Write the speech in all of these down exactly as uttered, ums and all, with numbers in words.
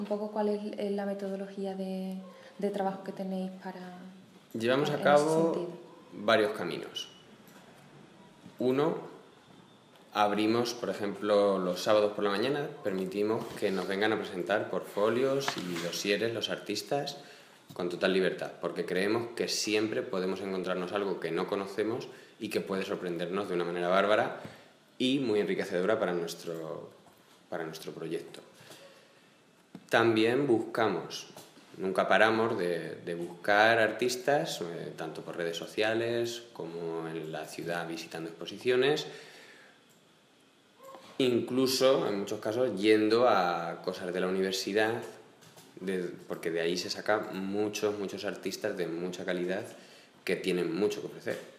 Un poco cuál es la metodología de, de trabajo que tenéis para... Llevamos a cabo varios caminos. Uno, abrimos, por ejemplo, los sábados por la mañana, permitimos que nos vengan a presentar portfolios y dosieres los artistas con total libertad, porque creemos que siempre podemos encontrarnos algo que no conocemos y que puede sorprendernos de una manera bárbara y muy enriquecedora para nuestro, para nuestro proyecto. También buscamos, nunca paramos de, de buscar artistas, eh, tanto por redes sociales como en la ciudad visitando exposiciones, incluso en muchos casos yendo a cosas de la universidad, de, porque de ahí se sacan muchos, muchos artistas de mucha calidad que tienen mucho que ofrecer.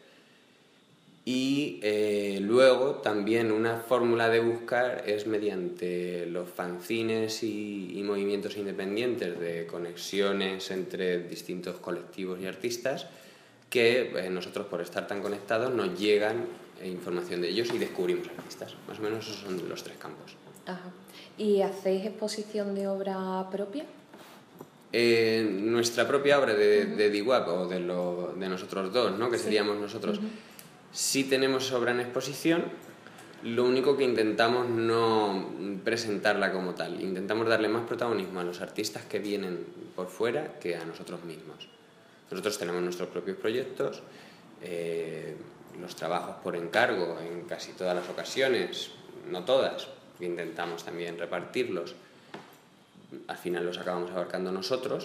Y eh, luego también una fórmula de buscar es mediante los fanzines y, y movimientos independientes de conexiones entre distintos colectivos y artistas que eh, nosotros, por estar tan conectados, nos llegan eh, información de ellos y descubrimos artistas. Más o menos esos son los tres campos. Ajá. ¿Y hacéis exposición de obra propia? Eh, nuestra propia obra de, uh-huh. de D I W A P o de, lo, de nosotros dos, ¿no? Que sí. seríamos nosotros. Uh-huh. Sí tenemos obra en exposición, lo único que intentamos no presentarla como tal. Intentamos darle más protagonismo a los artistas que vienen por fuera que a nosotros mismos. Nosotros tenemos nuestros propios proyectos, eh, los trabajos por encargo en casi todas las ocasiones, no todas, intentamos también repartirlos. Al final los acabamos abarcando nosotros,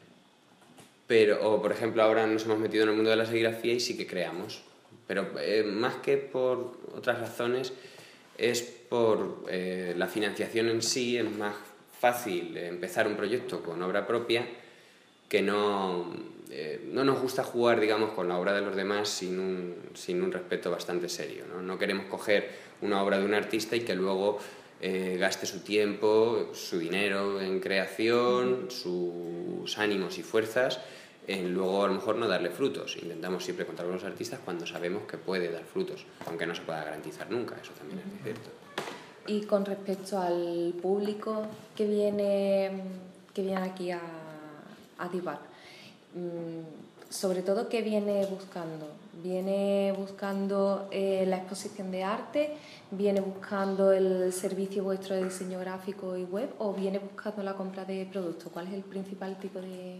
pero, o por ejemplo ahora nos hemos metido en el mundo de la serigrafía y sí que creamos. Pero eh, más que por otras razones, es por eh, la financiación en sí. Es más fácil empezar un proyecto con obra propia, que no, eh, no nos gusta jugar, digamos, con la obra de los demás sin un, sin un respeto bastante serio, ¿no? No queremos coger una obra de un artista y que luego eh, gaste su tiempo, su dinero en creación, sus ánimos y fuerzas, en luego a lo mejor no darle frutos. Intentamos siempre contar con los artistas cuando sabemos que puede dar frutos, aunque no se pueda garantizar nunca, eso también es cierto. Y con respecto al público que viene, que viene aquí a, a D I W A P, sobre todo, ¿qué viene buscando? ¿Viene buscando eh, la exposición de arte? ¿Viene buscando el servicio vuestro de diseño gráfico y web? ¿O viene buscando la compra de productos? ¿Cuál es el principal tipo de...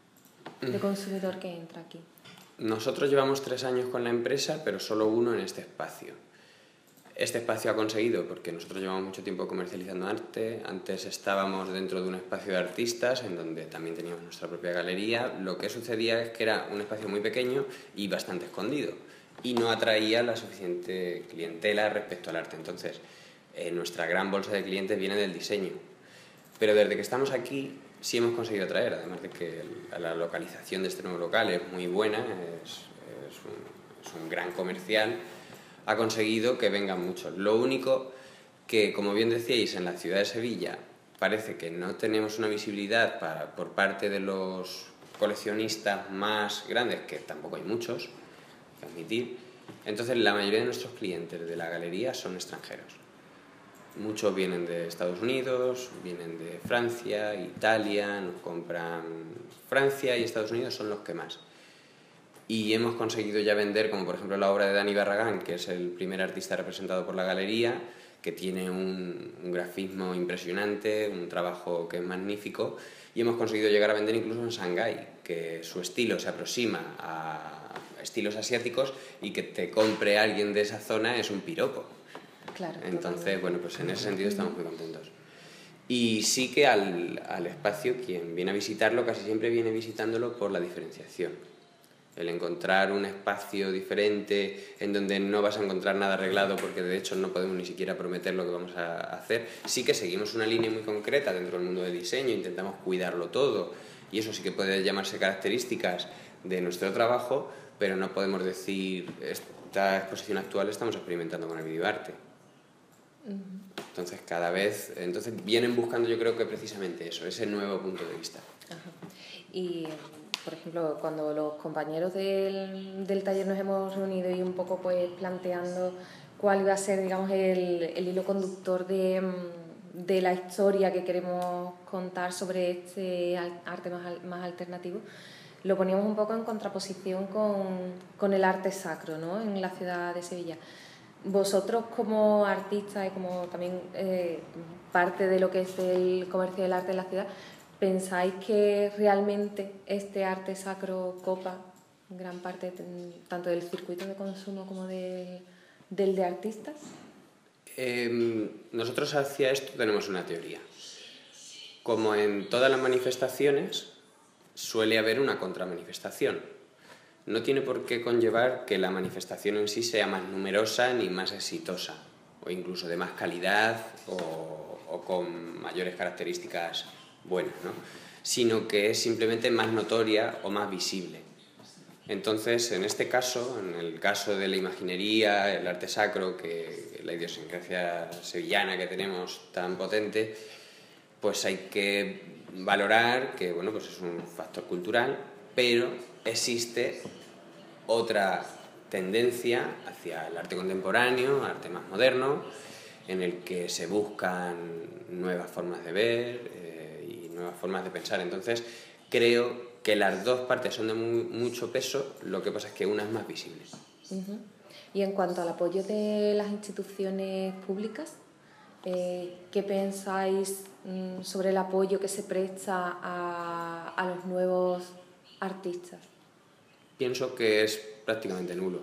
de consumidor que entra aquí? Nosotros llevamos tres años con la empresa, pero solo uno en este espacio. Este espacio ha conseguido, porque nosotros llevamos mucho tiempo comercializando arte. Antes estábamos dentro de un espacio de artistas, en donde también teníamos nuestra propia galería. Lo que sucedía es que era un espacio muy pequeño y bastante escondido, y no atraía la suficiente clientela respecto al arte. Entonces, eh, nuestra gran bolsa de clientes viene del diseño. Pero desde que estamos aquí, sí hemos conseguido atraer, además de que la localización de este nuevo local es muy buena, es, es, un, es un gran comercial, ha conseguido que vengan muchos. Lo único que, como bien decíais, en la ciudad de Sevilla parece que no tenemos una visibilidad para, por parte de los coleccionistas más grandes, que tampoco hay muchos, hay que admitir. Entonces la mayoría de nuestros clientes de la galería son extranjeros. Muchos vienen de Estados Unidos, vienen de Francia, Italia, nos compran. Francia y Estados Unidos son los que más. Y hemos conseguido ya vender, como por ejemplo la obra de Dani Barragán, que es el primer artista representado por la galería, que tiene un, un grafismo impresionante, un trabajo que es magnífico, y hemos conseguido llegar a vender incluso en Shanghái, que su estilo se aproxima a estilos asiáticos, y que te compre alguien de esa zona es un piropo. Claro, entonces, bueno, pues en ese sentido estamos muy contentos. Y sí que al, al espacio, quien viene a visitarlo casi siempre viene visitándolo por la diferenciación. El encontrar un espacio diferente en donde no vas a encontrar nada arreglado, porque de hecho no podemos ni siquiera prometer lo que vamos a hacer. Sí que seguimos una línea muy concreta dentro del mundo del diseño, intentamos cuidarlo todo, y eso sí que puede llamarse características de nuestro trabajo, pero no podemos decir, esta exposición actual estamos experimentando con el videoarte. Entonces cada vez, entonces vienen buscando, yo creo que precisamente eso, ese nuevo punto de vista. Ajá. Y por ejemplo, cuando los compañeros del, del taller nos hemos reunido y un poco pues planteando cuál iba a ser, digamos, el, el hilo conductor de, de la historia que queremos contar sobre este arte más, más alternativo, lo poníamos un poco en contraposición con, con el arte sacro, ¿no? En la ciudad de Sevilla. Vosotros como artistas y como también eh, parte de lo que es el comercio del arte en la ciudad, ¿pensáis que realmente este arte sacro copa gran parte tanto del circuito de consumo como de, del de artistas? Eh, nosotros hacia esto tenemos una teoría. Como en todas las manifestaciones, suele haber una contramanifestación. No tiene por qué conllevar que la manifestación en sí sea más numerosa ni más exitosa, o incluso de más calidad o, o con mayores características buenas, ¿no? Sino que es simplemente más notoria o más visible. Entonces, en este caso, en el caso de la imaginería, el arte sacro, que la idiosincrasia sevillana que tenemos tan potente, pues hay que valorar que, bueno, pues es un factor cultural, pero existe otra tendencia hacia el arte contemporáneo, arte más moderno, en el que se buscan nuevas formas de ver eh, y nuevas formas de pensar. Entonces, creo que las dos partes son de muy, mucho peso, lo que pasa es que una es más visible. Uh-huh. Y en cuanto al apoyo de las instituciones públicas, eh, ¿qué pensáis mm, sobre el apoyo que se presta a, a los nuevos artistas? Pienso que es prácticamente nulo.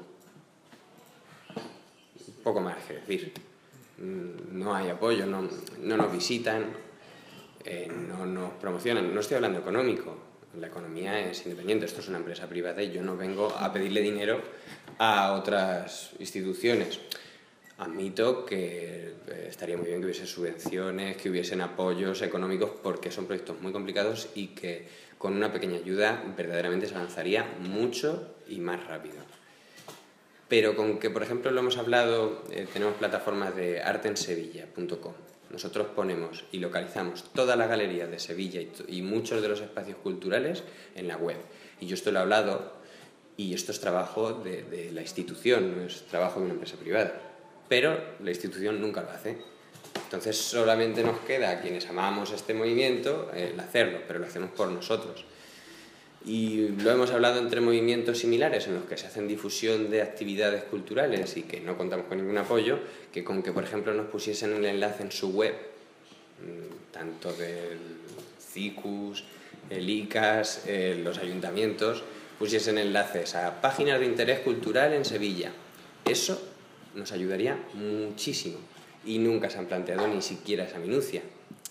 Poco más que decir. No hay apoyo, no, no nos visitan, eh, no nos promocionan. No estoy hablando económico, la economía es independiente, esto es una empresa privada y yo no vengo a pedirle dinero a otras instituciones. Admito que estaría muy bien que hubiese subvenciones, que hubiesen apoyos económicos, porque son proyectos muy complicados y que con una pequeña ayuda verdaderamente se avanzaría mucho y más rápido. Pero con que, por ejemplo, lo hemos hablado, eh, tenemos plataformas de arte en sevilla punto com. Nosotros ponemos y localizamos todas las galerías de Sevilla y, y muchos de los espacios culturales en la web. Y yo esto lo he hablado y esto es trabajo de, de la institución, no es trabajo de una empresa privada. Pero la institución nunca lo hace. Entonces solamente nos queda a quienes amamos este movimiento eh, el hacerlo, pero lo hacemos por nosotros. Y lo hemos hablado entre movimientos similares en los que se hacen difusión de actividades culturales y que no contamos con ningún apoyo, que con que, por ejemplo, nos pusiesen el enlace en su web, tanto del CICUS, el ICAS, eh, los ayuntamientos, pusiesen enlaces a páginas de interés cultural en Sevilla. Eso nos ayudaría muchísimo y nunca se han planteado ni siquiera esa minucia.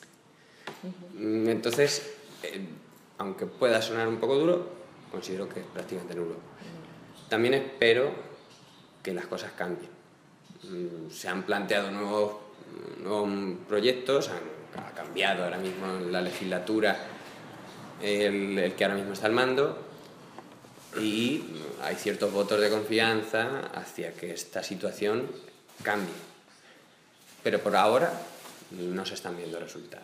Entonces, eh, aunque pueda sonar un poco duro, considero que es prácticamente nulo. También espero que las cosas cambien. Se han planteado nuevos, nuevos proyectos, han, ha cambiado ahora mismo en la legislatura el, el que ahora mismo está al mando y hay ciertos votos de confianza hacia que esta situación cambie. Pero por ahora no se están viendo resultados.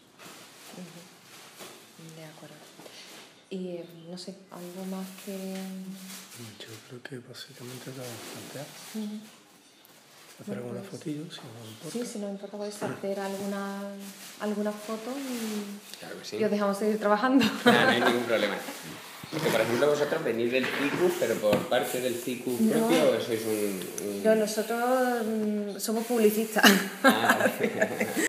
De acuerdo. Y no sé, algo más que... Yo creo que básicamente lo vamos a plantear. Uh-huh. Hacer Bueno, alguna pues, fotillo, si no importa. Sí, si no importa, podéis hacer alguna, alguna foto y, Claro que sí. y os dejamos seguir trabajando. Nada, no hay ningún problema. Porque, por ejemplo, vosotros venís del CICUS, pero por parte del CICUS No. propio, ¿o sois un...? un... No, nosotros mm, somos publicistas. Ah,